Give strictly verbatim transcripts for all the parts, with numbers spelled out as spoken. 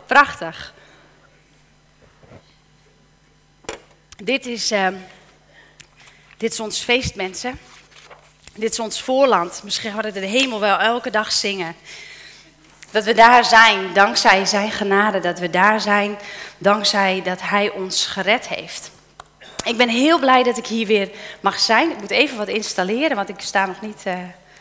prachtig. Dit is, uh, dit is ons feest, mensen. Dit is ons voorland. Misschien gaan we de hemel wel elke dag zingen. Dat we daar zijn, dankzij zijn genade. Dat we daar zijn, dankzij dat hij ons gered heeft. Ik ben heel blij dat ik hier weer mag zijn. Ik moet even wat installeren, want ik sta nog niet uh,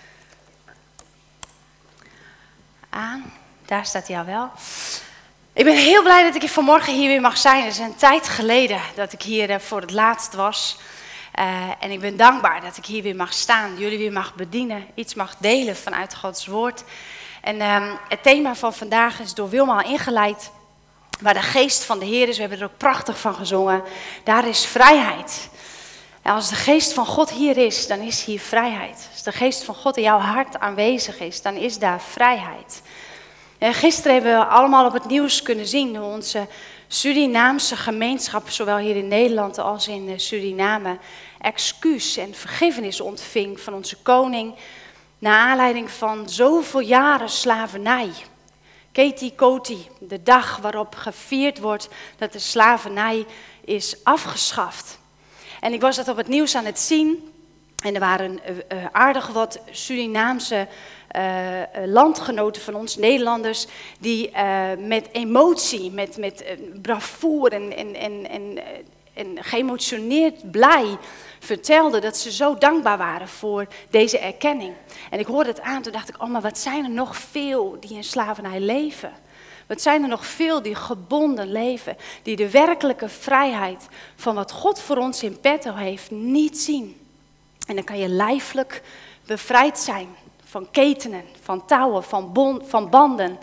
aan. Daar staat hij al wel. Ik ben heel blij dat ik vanmorgen hier weer mag zijn. Het is een tijd geleden dat ik hier uh, voor het laatst was. Uh, en ik ben dankbaar dat ik hier weer mag staan. Jullie weer mag bedienen. Iets mag delen vanuit Gods woord. En uh, het thema van vandaag is door Wilma al ingeleid. Waar de geest van de Heer is. We hebben er ook prachtig van gezongen. Daar is vrijheid. En als de geest van God hier is, dan is hier vrijheid. Als de geest van God in jouw hart aanwezig is, dan is daar vrijheid. En gisteren hebben we allemaal op het nieuws kunnen zien hoe onze Surinaamse gemeenschap, zowel hier in Nederland als in Suriname, excuus en vergiffenis ontving van onze koning, naar aanleiding van zoveel jaren slavernij. Keti Koti, de dag waarop gevierd wordt dat de slavernij is afgeschaft. En ik was dat op het nieuws aan het zien en er waren uh, aardig wat Surinaamse Uh, landgenoten van ons, Nederlanders, die uh, met emotie, met, met uh, bravoure en, en, en, en, en geëmotioneerd blij vertelden dat ze zo dankbaar waren voor deze erkenning. En ik hoorde het aan, toen dacht ik, oh, maar wat zijn er nog veel die in slavernij leven? Wat zijn er nog veel die gebonden leven, die de werkelijke vrijheid van wat God voor ons in petto heeft niet zien? En dan kan je lijfelijk bevrijd zijn. Van ketenen, van touwen, van, bond, van banden.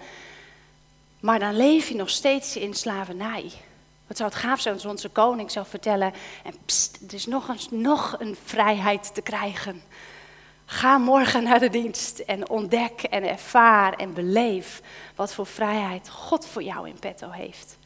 Maar dan leef je nog steeds in slavernij. Wat zou het gaaf zijn als onze koning zou vertellen. En pst, er is nog een, nog een vrijheid te krijgen. Ga morgen naar de dienst en ontdek en ervaar en beleef wat voor vrijheid God voor jou in petto heeft.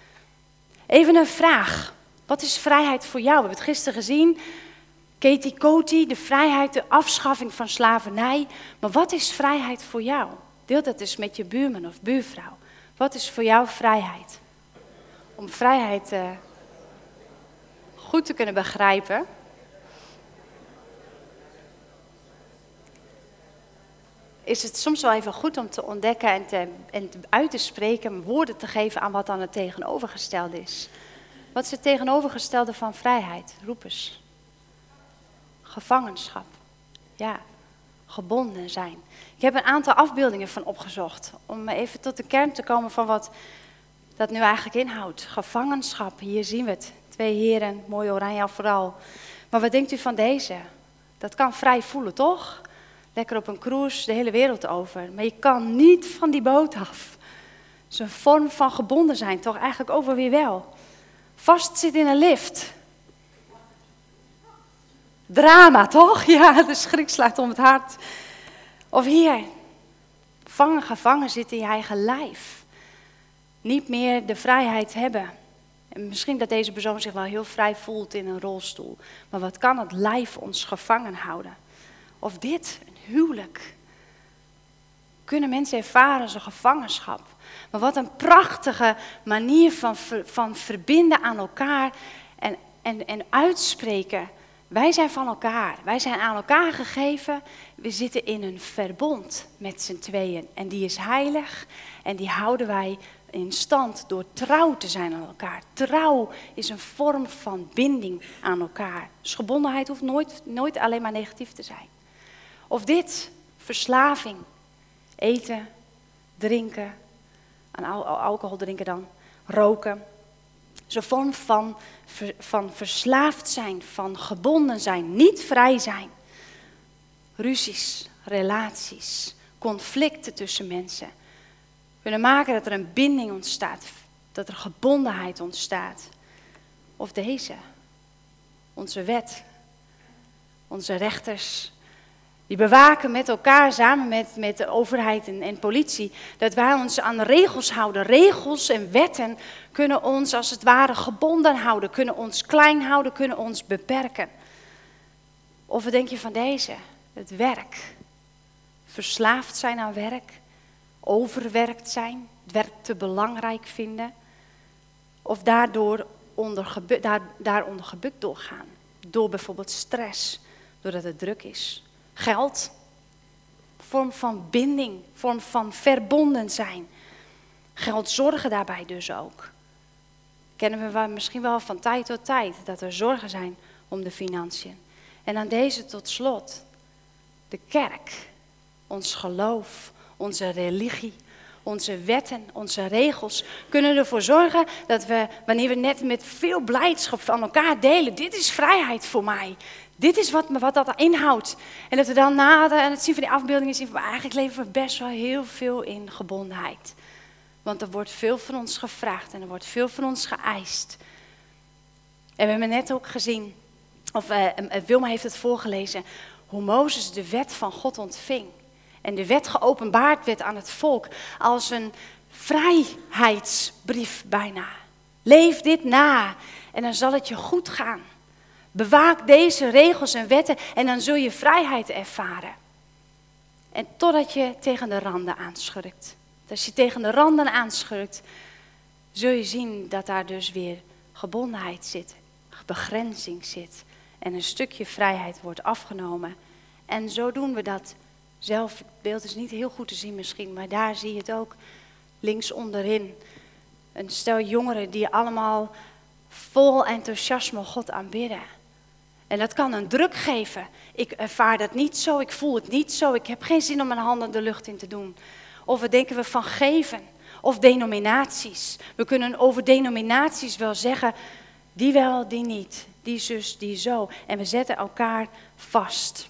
Even een vraag. Wat is vrijheid voor jou? We hebben het gisteren gezien. Keti Koti, de vrijheid, de afschaffing van slavernij. Maar wat is vrijheid voor jou? Deel dat eens met je buurman of buurvrouw. Wat is voor jou vrijheid? Om vrijheid uh, goed te kunnen begrijpen. Is het soms wel even goed om te ontdekken en, te, en te, uit te spreken, woorden te geven aan wat dan het tegenovergestelde is. Wat is het tegenovergestelde van vrijheid? Roep eens. Gevangenschap. Ja, gebonden zijn. Ik heb een aantal afbeeldingen van opgezocht. Om even tot de kern te komen van wat dat nu eigenlijk inhoudt. Gevangenschap, hier zien we het. Twee heren, mooi oranje vooral. Maar wat denkt u van deze? Dat kan vrij voelen, toch? Lekker op een cruise, de hele wereld over. Maar je kan niet van die boot af. Het is een vorm van gebonden zijn, toch eigenlijk ook wel weer wel. Vast zit in een lift. Drama, toch? Ja, de schrik slaat om het hart. Of hier, vangen, gevangen zitten in je eigen lijf. Niet meer de vrijheid hebben. En misschien dat deze persoon zich wel heel vrij voelt in een rolstoel. Maar wat kan het lijf ons gevangen houden? Of dit, een huwelijk. Kunnen mensen ervaren zo'n gevangenschap? Maar wat een prachtige manier van, van verbinden aan elkaar en, en, en uitspreken. Wij zijn van elkaar, wij zijn aan elkaar gegeven, we zitten in een verbond met z'n tweeën. En die is heilig en die houden wij in stand door trouw te zijn aan elkaar. Trouw is een vorm van binding aan elkaar. Dus gebondenheid hoeft nooit, nooit alleen maar negatief te zijn. Of dit, verslaving, eten, drinken, aan al, alcohol drinken dan, roken. Zo'n vorm van, van verslaafd zijn, van gebonden zijn, niet vrij zijn. Ruzies, relaties, conflicten tussen mensen. Kunnen maken dat er een binding ontstaat, dat er gebondenheid ontstaat. Of deze, onze wet, onze rechters. Die bewaken met elkaar, samen met, met de overheid en, en politie, dat wij ons aan regels houden. Regels en wetten kunnen ons als het ware gebonden houden, kunnen ons klein houden, kunnen ons beperken. Of wat denk je van deze? Het werk. Verslaafd zijn aan werk, overwerkt zijn, het werk te belangrijk vinden. Of daardoor onder gebu- daar, daaronder gebukt doorgaan. Door bijvoorbeeld stress, doordat het druk is. Geld, vorm van binding, vorm van verbonden zijn. Geld zorgen daarbij dus ook. Kennen we misschien wel van tijd tot tijd, dat er zorgen zijn om de financiën. En dan deze tot slot. De kerk, ons geloof, onze religie, onze wetten, onze regels kunnen ervoor zorgen dat we, wanneer we net met veel blijdschap van elkaar delen, dit is vrijheid voor mij. Dit is wat, wat dat inhoudt. En dat we dan na de, het zien van die afbeeldingen zien van, eigenlijk leven we best wel heel veel in gebondenheid. Want er wordt veel van ons gevraagd en er wordt veel van ons geëist. En we hebben net ook gezien, of uh, Wilma heeft het voorgelezen, hoe Mozes de wet van God ontving. En de wet geopenbaard werd aan het volk als een vrijheidsbrief bijna. Leef dit na en dan zal het je goed gaan. Bewaak deze regels en wetten en dan zul je vrijheid ervaren. En totdat je tegen de randen aanschurkt. Als je tegen de randen aanschurkt, zul je zien dat daar dus weer gebondenheid zit, begrenzing zit. En een stukje vrijheid wordt afgenomen. En zo doen we dat zelf. Het beeld is niet heel goed te zien misschien, maar daar zie je het ook links onderin. Een stel jongeren die allemaal vol enthousiasme God aanbidden. En dat kan een druk geven. Ik ervaar dat niet zo, ik voel het niet zo, ik heb geen zin om mijn handen de lucht in te doen. Of wat denken we van geven? Of denominaties. We kunnen over denominaties wel zeggen, die wel, die niet. Die zus, die zo. En we zetten elkaar vast.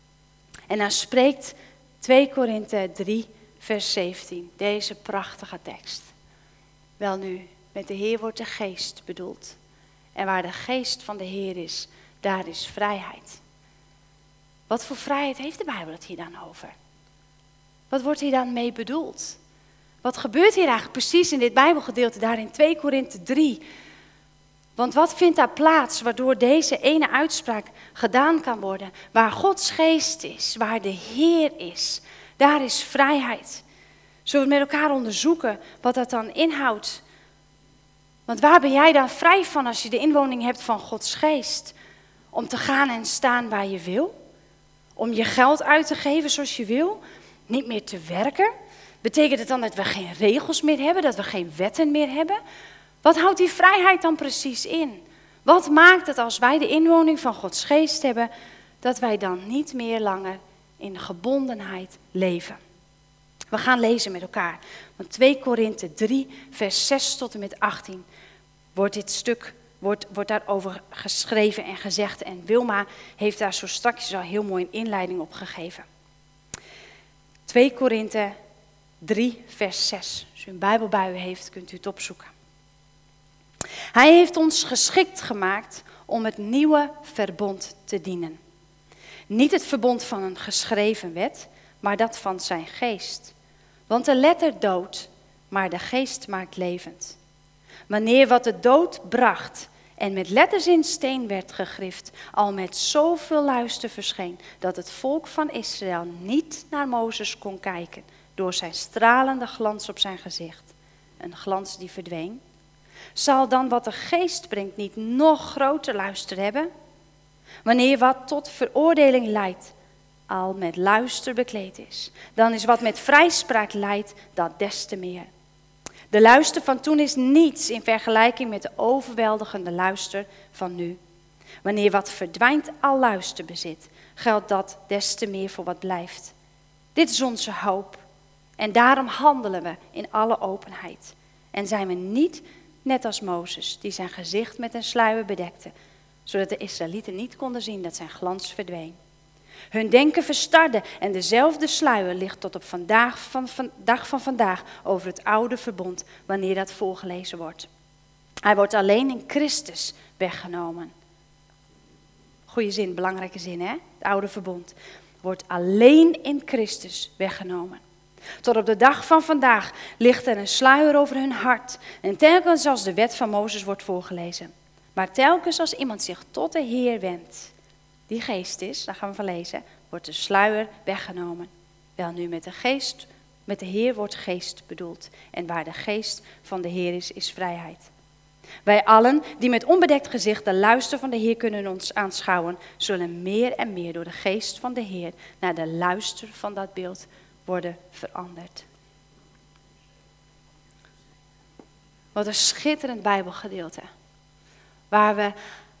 En dan spreekt twee Korinthe drie, vers zeventien. Deze prachtige tekst. Welnu, met de Heer wordt de geest bedoeld. En waar de geest van de Heer is, daar is vrijheid. Wat voor vrijheid heeft de Bijbel het hier dan over? Wat wordt hier dan mee bedoeld? Wat gebeurt hier eigenlijk precies in dit Bijbelgedeelte, daar in twee Korinthe drie? Want wat vindt daar plaats waardoor deze ene uitspraak gedaan kan worden? Waar Gods geest is, waar de Heer is, daar is vrijheid. Zullen we met elkaar onderzoeken wat dat dan inhoudt? Want waar ben jij dan vrij van als je de inwoning hebt van Gods geest? Om te gaan en staan waar je wil? Om je geld uit te geven zoals je wil? Niet meer te werken? Betekent het dan dat we geen regels meer hebben, dat we geen wetten meer hebben? Wat houdt die vrijheid dan precies in? Wat maakt het als wij de inwoning van Gods geest hebben, dat wij dan niet meer langer in gebondenheid leven? We gaan lezen met elkaar. Want twee Korinthe drie, vers zes tot en met achttien wordt dit stuk, wordt, wordt daarover geschreven en gezegd. En Wilma heeft daar zo straks al heel mooi een inleiding op gegeven. twee Korinthe drie, vers zes. Als u een Bijbel bij u heeft, kunt u het opzoeken. Hij heeft ons geschikt gemaakt om het nieuwe verbond te dienen. Niet het verbond van een geschreven wet, maar dat van zijn geest. Want de letter doodt, maar de geest maakt levend. Wanneer wat de dood bracht en met letters in steen werd gegrift, al met zoveel luister verscheen, dat het volk van Israël niet naar Mozes kon kijken, door zijn stralende glans op zijn gezicht, een glans die verdween, zal dan wat de geest brengt niet nog groter luister hebben? Wanneer wat tot veroordeling leidt, al met luister bekleed is, dan is wat met vrijspraak leidt, dat des te meer. De luister van toen is niets in vergelijking met de overweldigende luister van nu. Wanneer wat verdwijnt al luister bezit, geldt dat des te meer voor wat blijft. Dit is onze hoop. En daarom handelen we in alle openheid. En zijn we niet net als Mozes, die zijn gezicht met een sluier bedekte, zodat de Israëlieten niet konden zien dat zijn glans verdween. Hun denken verstarde en dezelfde sluier ligt tot op vandaag van, van, dag van vandaag over het oude verbond, wanneer dat voorgelezen wordt. Hij wordt alleen in Christus weggenomen. Goeie zin, belangrijke zin, hè? Het oude verbond wordt alleen in Christus weggenomen. Tot op de dag van vandaag ligt er een sluier over hun hart. En telkens als de wet van Mozes wordt voorgelezen. Maar telkens als iemand zich tot de Heer wendt, die geest is, daar gaan we van lezen, wordt de sluier weggenomen. Wel nu met de geest, Met de Heer wordt geest bedoeld. En waar de geest van de Heer is, is vrijheid. Wij allen die met onbedekt gezicht de luister van de Heer kunnen ons aanschouwen, zullen meer en meer door de geest van de Heer naar de luister van dat beeld worden veranderd. Wat een schitterend Bijbelgedeelte. Waar we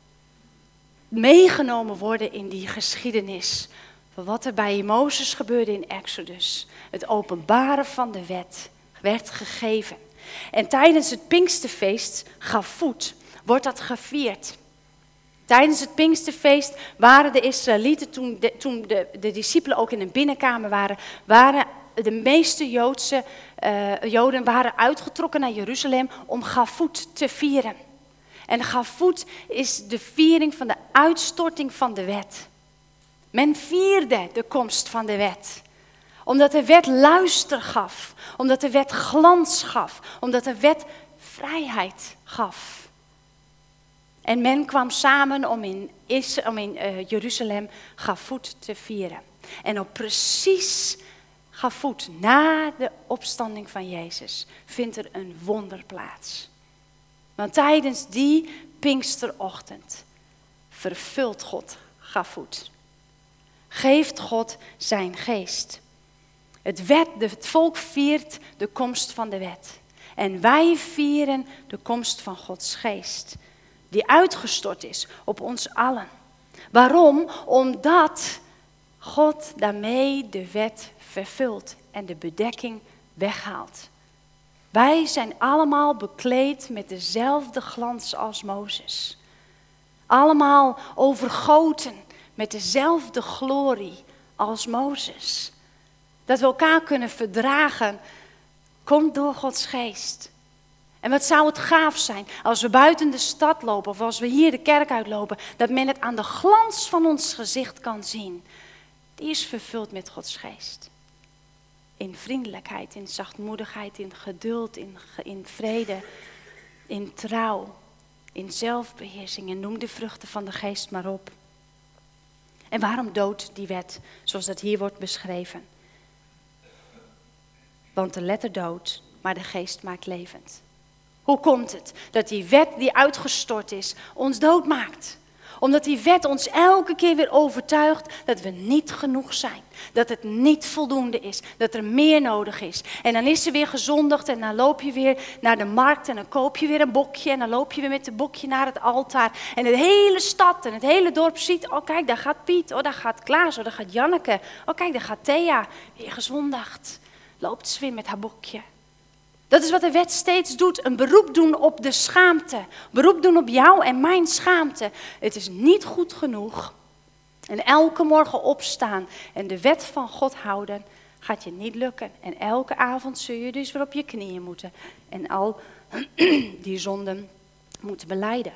meegenomen worden in die geschiedenis. Van wat er bij Mozes gebeurde in Exodus. Het openbaren van de wet werd gegeven. En tijdens het Pinksterfeest, Gavoet, wordt dat gevierd. Tijdens het Pinksterfeest waren de Israëlieten, toen de, toen de, de discipelen ook in een binnenkamer waren, waren de meeste Joodse uh, Joden waren uitgetrokken naar Jeruzalem om Gavoet te vieren. En Gavoet is de viering van de uitstorting van de wet. Men vierde de komst van de wet. Omdat de wet luister gaf. Omdat de wet glans gaf. Omdat de wet vrijheid gaf. En men kwam samen om in, Is, om in uh, Jeruzalem Gavoet te vieren. En op precies Gavoet, na de opstanding van Jezus, vindt er een wonder plaats. Want tijdens die Pinksterochtend vervult God Gavoet. Geeft God zijn geest. Het, wet, het volk viert de komst van de wet. En wij vieren de komst van Gods geest. Die uitgestort is op ons allen. Waarom? Omdat God daarmee de wet vervult en de bedekking weghaalt. Wij zijn allemaal bekleed met dezelfde glans als Mozes. Allemaal overgoten met dezelfde glorie als Mozes. Dat we elkaar kunnen verdragen, komt door Gods geest. En wat zou het gaaf zijn als we buiten de stad lopen of als we hier de kerk uitlopen, dat men het aan de glans van ons gezicht kan zien. Die is vervuld met Gods geest. In vriendelijkheid, in zachtmoedigheid, in geduld, in, in vrede, in trouw, in zelfbeheersing. En noem de vruchten van de geest maar op. En waarom doodt die wet, zoals dat hier wordt beschreven? Want de letter doodt, maar de geest maakt levend. Hoe komt het dat die wet die uitgestort is, ons doodmaakt? Omdat die wet ons elke keer weer overtuigt dat we niet genoeg zijn. Dat het niet voldoende is. Dat er meer nodig is. En dan is er weer gezondigd en dan loop je weer naar de markt en dan koop je weer een bokje. En dan loop je weer met het bokje naar het altaar. En de hele stad en het hele dorp ziet, oh kijk, daar gaat Piet. Oh, daar gaat Klaas. Oh, daar gaat Janneke. Oh kijk, daar gaat Thea. Weer gezondigd. Loopt ze weer met haar bokje. Dat is wat de wet steeds doet, een beroep doen op de schaamte. Beroep doen op jou en mijn schaamte. Het is niet goed genoeg. En elke morgen opstaan en de wet van God houden, gaat je niet lukken. En elke avond zul je dus weer op je knieën moeten. En al die zonden moeten belijden.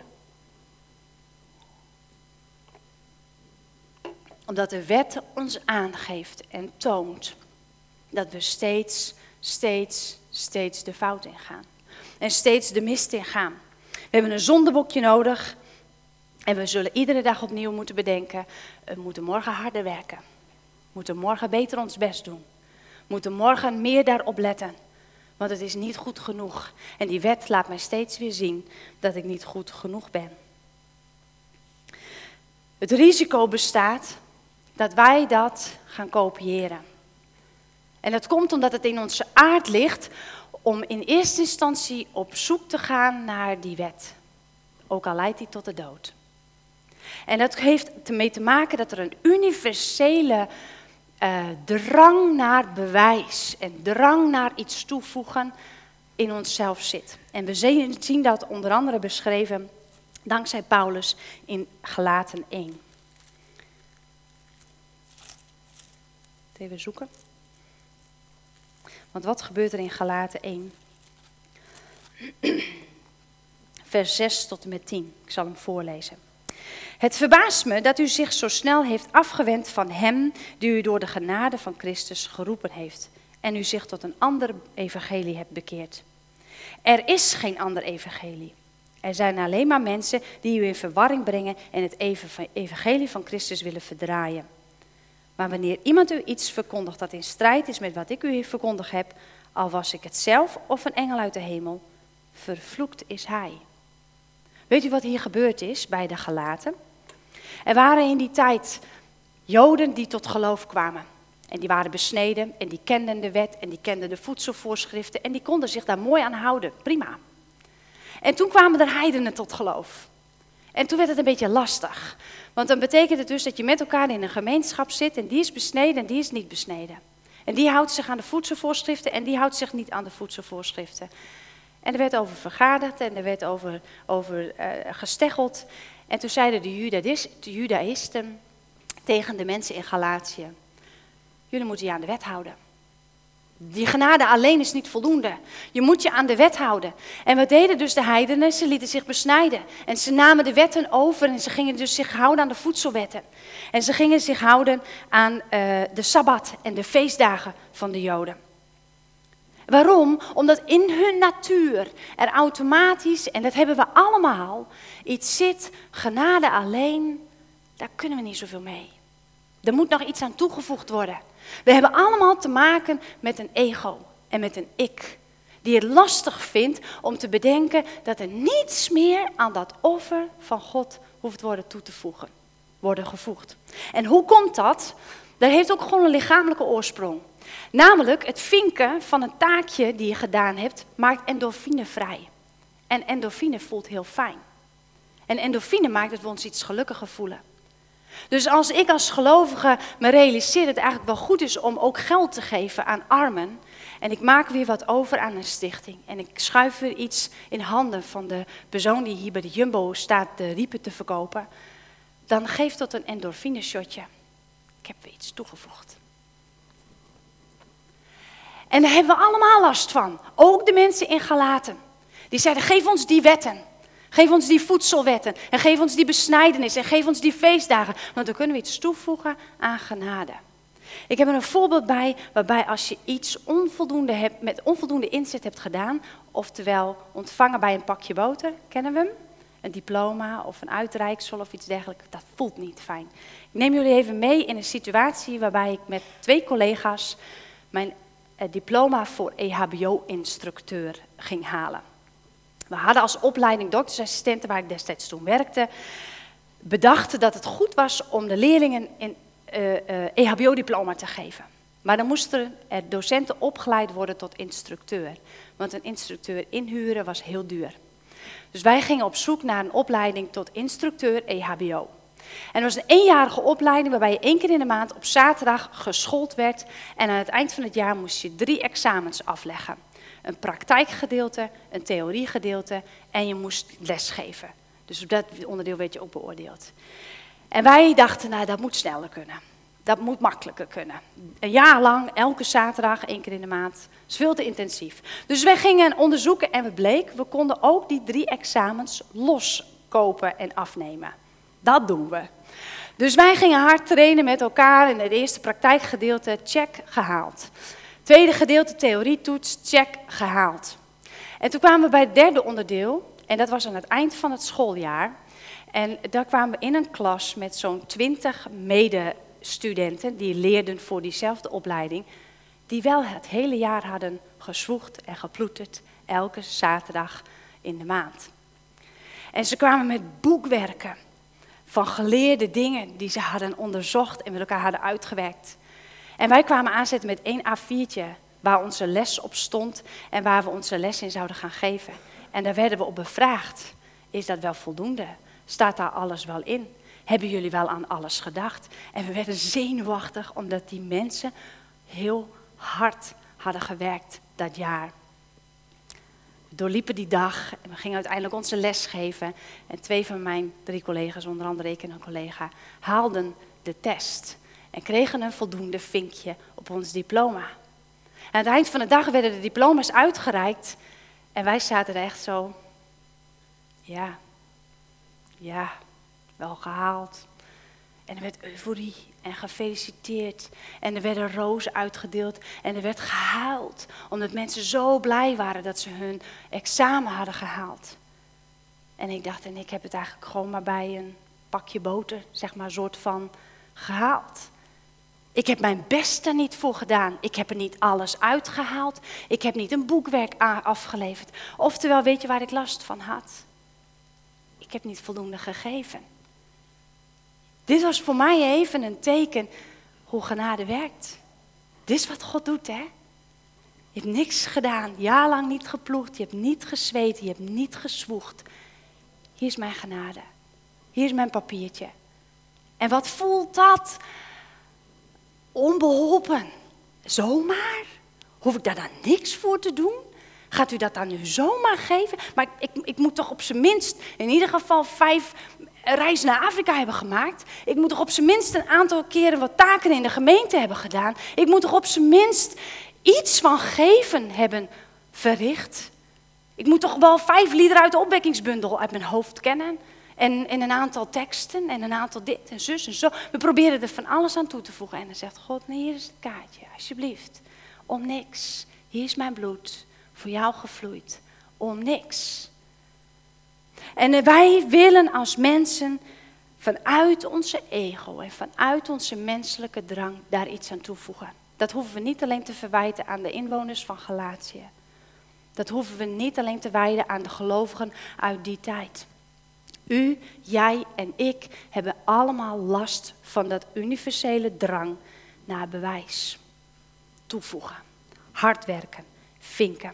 Omdat de wet ons aangeeft en toont dat we steeds, steeds... steeds de fout ingaan. En steeds de mist ingaan. We hebben een zondebokje nodig. En we zullen iedere dag opnieuw moeten bedenken. We moeten morgen harder werken. We moeten morgen beter ons best doen. We moeten morgen meer daarop letten. Want het is niet goed genoeg. En die wet laat mij steeds weer zien dat ik niet goed genoeg ben. Het risico bestaat dat wij dat gaan kopiëren. En dat komt omdat het in onze aard ligt om in eerste instantie op zoek te gaan naar die wet. Ook al leidt die tot de dood. En dat heeft ermee te maken dat er een universele uh, drang naar bewijs en drang naar iets toevoegen in onszelf zit. En we zien dat onder andere beschreven dankzij Paulus in Galaten één. Even zoeken. Want wat gebeurt er in Galaten één? Vers zes tot en met tien. Ik zal hem voorlezen. Het verbaast me dat u zich zo snel heeft afgewend van hem die u door de genade van Christus geroepen heeft. En u zich tot een ander evangelie hebt bekeerd. Er is geen ander evangelie. Er zijn alleen maar mensen die u in verwarring brengen en het evangelie van Christus willen verdraaien. Maar wanneer iemand u iets verkondigt dat in strijd is met wat ik u verkondigd heb, al was ik het zelf of een engel uit de hemel, vervloekt is hij. Weet u wat hier gebeurd is bij de Galaten? Er waren in die tijd Joden die tot geloof kwamen. En die waren besneden en die kenden de wet en die kenden de voedselvoorschriften en die konden zich daar mooi aan houden. Prima. En toen kwamen er heidenen tot geloof. En toen werd het een beetje lastig. Want dan betekent het dus dat je met elkaar in een gemeenschap zit en die is besneden en die is niet besneden. En die houdt zich aan de voedselvoorschriften en die houdt zich niet aan de voedselvoorschriften. En er werd over vergaderd en er werd over, over uh, gesteggeld. En toen zeiden de, Judaïs, de Judaïsten tegen de mensen in Galatië: jullie moeten je aan de wet houden. Die genade alleen is niet voldoende. Je moet je aan de wet houden. En wat deden dus de heidenen? Ze lieten zich besnijden. En ze namen de wetten over en ze gingen dus zich houden aan de voedselwetten. En ze gingen zich houden aan uh, de Sabbat en de feestdagen van de Joden. Waarom? Omdat in hun natuur er automatisch, en dat hebben we allemaal, iets zit, genade alleen, daar kunnen we niet zoveel mee. Er moet nog iets aan toegevoegd worden. We hebben allemaal te maken met een ego en met een ik, die het lastig vindt om te bedenken dat er niets meer aan dat offer van God hoeft worden toe te voegen, worden gevoegd. En hoe komt dat? Dat heeft ook gewoon een lichamelijke oorsprong. Namelijk het vinken van een taakje die je gedaan hebt, maakt endorfine vrij. En endorfine voelt heel fijn. En endorfine maakt dat we ons iets gelukkiger voelen. Dus als ik als gelovige me realiseer dat het eigenlijk wel goed is om ook geld te geven aan armen. En ik maak weer wat over aan een stichting. En ik schuif weer iets in handen van de persoon die hier bij de Jumbo staat de riepen te verkopen. Dan geeft dat een endorfine shotje. Ik heb weer iets toegevoegd. En daar hebben we allemaal last van. Ook de mensen in Galaten. Die zeiden, geef ons die wetten. Geef ons die voedselwetten. En geef ons die besnijdenis. En geef ons die feestdagen. Want dan kunnen we iets toevoegen aan genade. Ik heb er een voorbeeld bij waarbij als je iets onvoldoende hebt, met onvoldoende inzet hebt gedaan. Oftewel ontvangen bij een pakje boter. Kennen we hem? Een diploma of een uitreiksel of iets dergelijks. Dat voelt niet fijn. Ik neem jullie even mee in een situatie waarbij ik met twee collega's mijn eh, diploma voor E H B O-instructeur ging halen. We hadden als opleiding doktersassistenten, waar ik destijds toen werkte, bedacht dat het goed was om de leerlingen een uh, uh, E H B O-diploma te geven. Maar dan moesten er docenten opgeleid worden tot instructeur. Want een instructeur inhuren was heel duur. Dus wij gingen op zoek naar een opleiding tot instructeur E H B O. En het was een eenjarige opleiding waarbij je één keer in de maand op zaterdag geschoold werd. En aan het eind van het jaar moest je drie examens afleggen. Een praktijkgedeelte, een theoriegedeelte en je moest lesgeven. Dus op dat onderdeel werd je ook beoordeeld. En wij dachten, nou dat moet sneller kunnen. Dat moet makkelijker kunnen. Een jaar lang, elke zaterdag, één keer in de maand. Dat is veel te intensief. Dus wij gingen onderzoeken en het bleek, we konden ook die drie examens loskopen en afnemen. Dat doen we. Dus wij gingen hard trainen met elkaar en het eerste praktijkgedeelte, check, gehaald. Tweede gedeelte, theorietoets, check, gehaald. En toen kwamen we bij het derde onderdeel, en dat was aan het eind van het schooljaar. En daar kwamen we in een klas met zo'n twintig medestudenten, die leerden voor diezelfde opleiding, die wel het hele jaar hadden gezwoegd en geploeterd, elke zaterdag in de maand. En ze kwamen met boekwerken van geleerde dingen die ze hadden onderzocht en met elkaar hadden uitgewerkt. En wij kwamen aanzetten met één A viertje waar onze les op stond en waar we onze les in zouden gaan geven. En daar werden we op bevraagd. Is dat wel voldoende? Staat daar alles wel in? Hebben jullie wel aan alles gedacht? En we werden zenuwachtig omdat die mensen heel hard hadden gewerkt dat jaar. We doorliepen die dag en we gingen uiteindelijk onze les geven. En twee van mijn drie collega's, onder andere ik en een collega, haalden de test. En kregen een voldoende vinkje op ons diploma. En aan het eind van de dag werden de diploma's uitgereikt. En wij zaten er echt zo. Ja, ja, wel gehaald. En er werd euforie en gefeliciteerd. En er werden rozen uitgedeeld. En er werd gehuild. Omdat mensen zo blij waren dat ze hun examen hadden gehaald. En ik dacht, en ik heb het eigenlijk gewoon maar bij een pakje boter, zeg maar, soort van gehaald. Ik heb mijn best er niet voor gedaan. Ik heb er niet alles uitgehaald. Ik heb niet een boekwerk afgeleverd. Oftewel, weet je waar ik last van had? Ik heb niet voldoende gegeven. Dit was voor mij even een teken hoe genade werkt. Dit is wat God doet, hè? Je hebt niks gedaan, jaarlang niet geploegd, je hebt niet gezweet, je hebt niet gezwoegd. Hier is mijn genade. Hier is mijn papiertje. En wat voelt dat? Onbeholpen. Zomaar? Hoef ik daar dan niks voor te doen? Gaat u dat dan nu zomaar geven? Maar ik, ik, ik moet toch op zijn minst in ieder geval vijf reizen naar Afrika hebben gemaakt. Ik moet toch op zijn minst een aantal keren wat taken in de gemeente hebben gedaan. Ik moet toch op zijn minst iets van geven hebben verricht. Ik moet toch wel vijf liederen uit de opwekkingsbundel uit mijn hoofd kennen. En, en een aantal teksten en een aantal dit en zus en zo. We proberen er van alles aan toe te voegen. En dan zegt God, nee, hier is het kaartje, alsjeblieft. Om niks. Hier is mijn bloed, voor jou gevloeid. Om niks. En wij willen als mensen vanuit onze ego en vanuit onze menselijke drang daar iets aan toevoegen. Dat hoeven we niet alleen te verwijten aan de inwoners van Galatië. Dat hoeven we niet alleen te wijden aan de gelovigen uit die tijd. U, jij en ik hebben allemaal last van dat universele drang naar bewijs. Toevoegen, hard werken, vinken.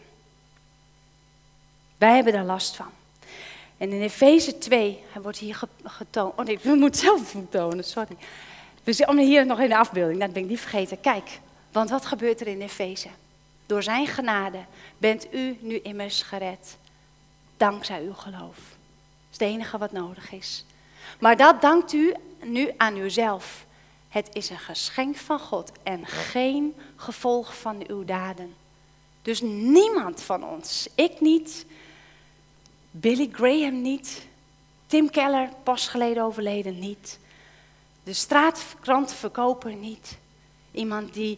Wij hebben daar last van. En in Efeze twee wordt hier getoond. Oh nee, ik moet zelf tonen, sorry. We zien hier nog in de afbeelding, dat ben ik niet vergeten. Kijk, want wat gebeurt er in Efeze? Door zijn genade bent u nu immers gered. Dankzij uw geloof. Dat is het enige wat nodig is. Maar dat dankt u nu aan uzelf. Het is een geschenk van God en geen gevolg van uw daden. Dus niemand van ons, ik niet, Billy Graham niet, Tim Keller, pas geleden overleden, niet. De straatkrantverkoper niet. Iemand die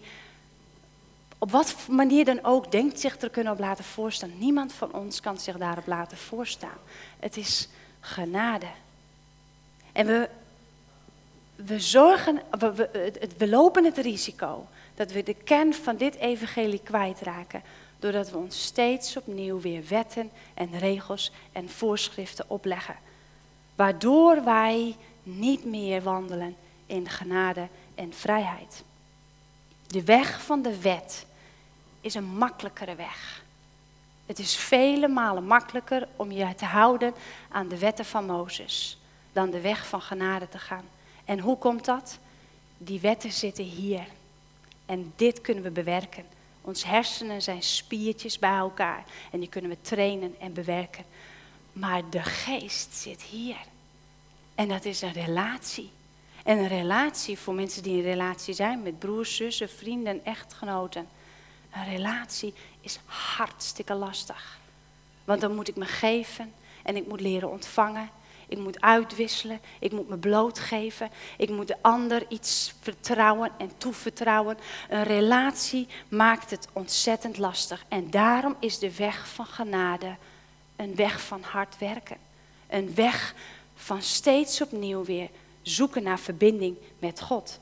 op wat manier dan ook denkt zich er kunnen op laten voorstaan. Niemand van ons kan zich daarop laten voorstaan. Het is genade. En we, we, zorgen, we, we, we lopen het risico dat we de kern van dit evangelie kwijtraken. Doordat we ons steeds opnieuw weer wetten en regels en voorschriften opleggen. Waardoor wij niet meer wandelen in genade en vrijheid. De weg van de wet is een makkelijkere weg. Het is vele malen makkelijker om je te houden aan de wetten van Mozes dan de weg van genade te gaan. En hoe komt dat? Die wetten zitten hier. En dit kunnen we bewerken. Ons hersenen zijn spiertjes bij elkaar. En die kunnen we trainen en bewerken. Maar de geest zit hier. En dat is een relatie. En een relatie voor mensen die in relatie zijn met broers, zussen, vrienden, echtgenoten. Een relatie is hartstikke lastig. Want dan moet ik me geven en ik moet leren ontvangen. Ik moet uitwisselen, ik moet me blootgeven. Ik moet de ander iets vertrouwen en toevertrouwen. Een relatie maakt het ontzettend lastig. En daarom is de weg van genade een weg van hard werken. Een weg van steeds opnieuw weer zoeken naar verbinding met God.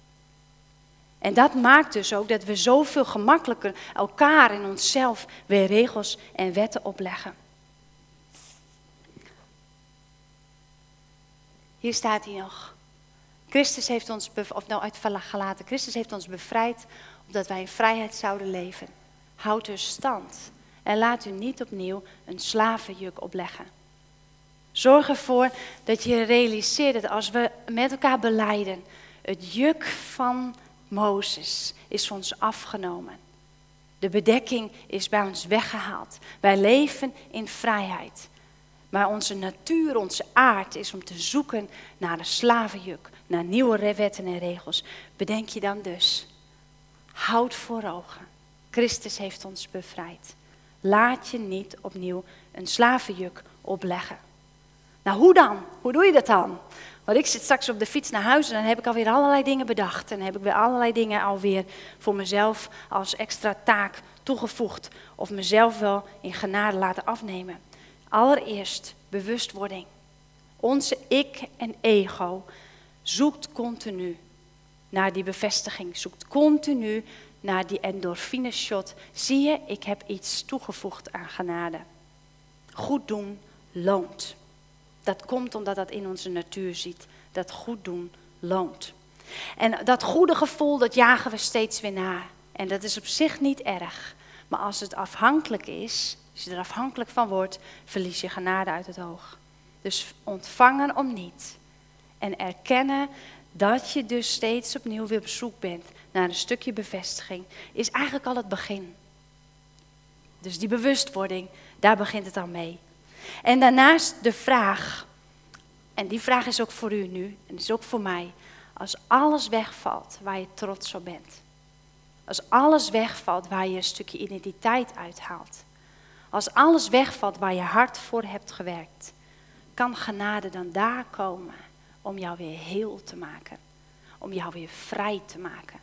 En dat maakt dus ook dat we zoveel gemakkelijker elkaar en onszelf weer regels en wetten opleggen. Hier staat hij nog. Christus heeft ons, bev- of nou uit Galaten, Christus heeft ons bevrijd, opdat wij in vrijheid zouden leven. Houd dus stand en laat u niet opnieuw een slavenjuk opleggen. Zorg ervoor dat je realiseert dat als we met elkaar belijden, het juk van Mozes is van ons afgenomen. De bedekking is bij ons weggehaald. Wij leven in vrijheid. Maar onze natuur, onze aard is om te zoeken naar de slavenjuk, naar nieuwe wetten en regels. Bedenk je dan dus, houd voor ogen, Christus heeft ons bevrijd. Laat je niet opnieuw een slavenjuk opleggen. Nou, hoe dan? Hoe doe je dat dan? Want ik zit straks op de fiets naar huis en dan heb ik alweer allerlei dingen bedacht. En dan heb ik weer allerlei dingen alweer voor mezelf als extra taak toegevoegd. Of mezelf wel in genade laten afnemen. Allereerst bewustwording. Onze ik en ego zoekt continu naar die bevestiging, zoekt continu naar die endorfine shot. Zie je, ik heb iets toegevoegd aan genade. Goed doen loont. Dat komt omdat dat in onze natuur zit. Dat goed doen loont. En dat goede gevoel, dat jagen we steeds weer na. En dat is op zich niet erg. Maar als het afhankelijk is, als je er afhankelijk van wordt, verlies je genade uit het oog. Dus ontvangen om niet. En erkennen dat je dus steeds opnieuw weer op zoek bent naar een stukje bevestiging, is eigenlijk al het begin. Dus die bewustwording, daar begint het al mee. En daarnaast de vraag, en die vraag is ook voor u nu, en is ook voor mij. Als alles wegvalt waar je trots op bent. Als alles wegvalt waar je een stukje identiteit uithaalt. Als alles wegvalt waar je hard voor hebt gewerkt. Kan genade dan daar komen om jou weer heel te maken. Om jou weer vrij te maken.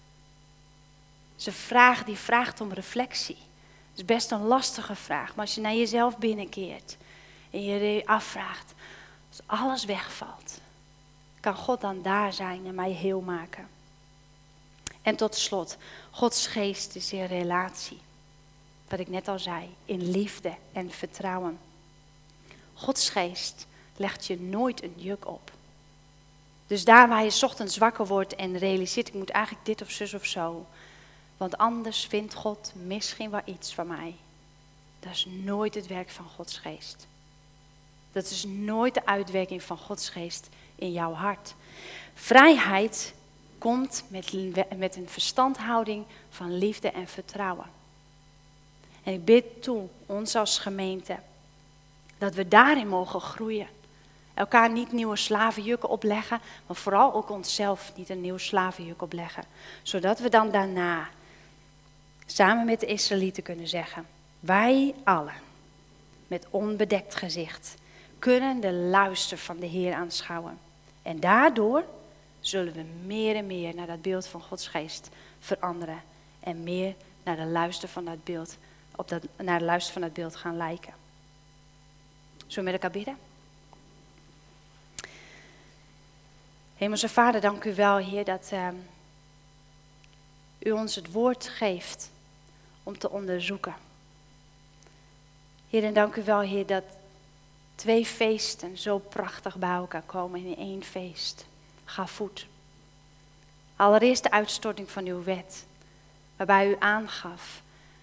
Dus een vraag die vraagt om reflectie. Het is best een lastige vraag. Maar als je naar jezelf binnenkeert. En je je afvraagt. Als alles wegvalt. Kan God dan daar zijn en mij heel maken. En tot slot. Gods geest is in relatie. Wat ik net al zei. In liefde en vertrouwen. Gods geest legt je nooit een juk op. Dus daar waar je 's ochtends wakker wordt en realiseert, ik moet eigenlijk dit of zus of zo. Want anders vindt God misschien wel iets van mij. Dat is nooit het werk van Gods geest. Dat is nooit de uitwerking van Gods geest in jouw hart. Vrijheid komt met, met een verstandhouding van liefde en vertrouwen. En ik bid toe, ons als gemeente, dat we daarin mogen groeien. Elkaar niet nieuwe slavenjukken opleggen, maar vooral ook onszelf niet een nieuw slavenjuk opleggen. Zodat we dan daarna samen met de Israëlieten kunnen zeggen, wij allen met onbedekt gezicht kunnen de luister van de Heer aanschouwen. En daardoor zullen we meer en meer naar dat beeld van Gods geest veranderen. En meer naar de luister van dat beeld, op dat, naar de luister van dat beeld gaan lijken. Zullen we met elkaar bidden? Hemelse Vader, dank u wel, Heer, dat uh, u ons het woord geeft om te onderzoeken. Heer, en dank u wel, Heer, dat twee feesten zo prachtig bij elkaar komen in één feest. Ga voet. Allereerst de uitstorting van uw wet, waarbij u aangaf.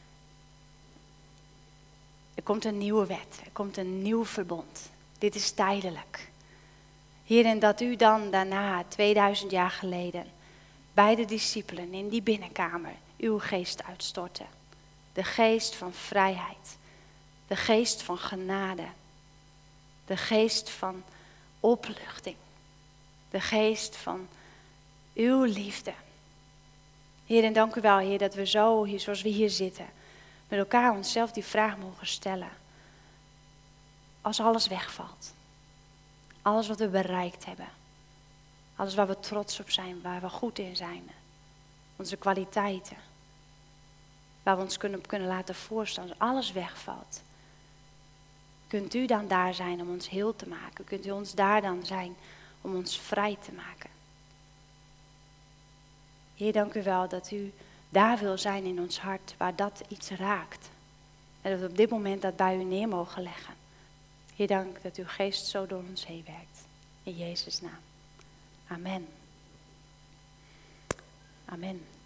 Er komt een nieuwe wet, er komt een nieuw verbond. Dit is tijdelijk. Heer, en dat u dan daarna, tweeduizend jaar geleden, bij de discipelen in die binnenkamer uw geest uitstortte. De geest van vrijheid, de geest van genade, de geest van opluchting, de geest van uw liefde. Heer, en dank u wel, Heer, dat we zo, hier, zoals we hier zitten, met elkaar onszelf die vraag mogen stellen. Als alles wegvalt. Alles wat we bereikt hebben. Alles waar we trots op zijn, waar we goed in zijn. Onze kwaliteiten. Waar we ons kunnen, kunnen laten voorstaan. Als alles wegvalt. Kunt u dan daar zijn om ons heel te maken? Kunt u ons daar dan zijn om ons vrij te maken? Heer, dank u wel dat u daar wil zijn in ons hart, waar dat iets raakt. En dat we op dit moment dat bij u neer mogen leggen. Heer, dank dat uw geest zo door ons heen werkt. In Jezus' naam. Amen. Amen.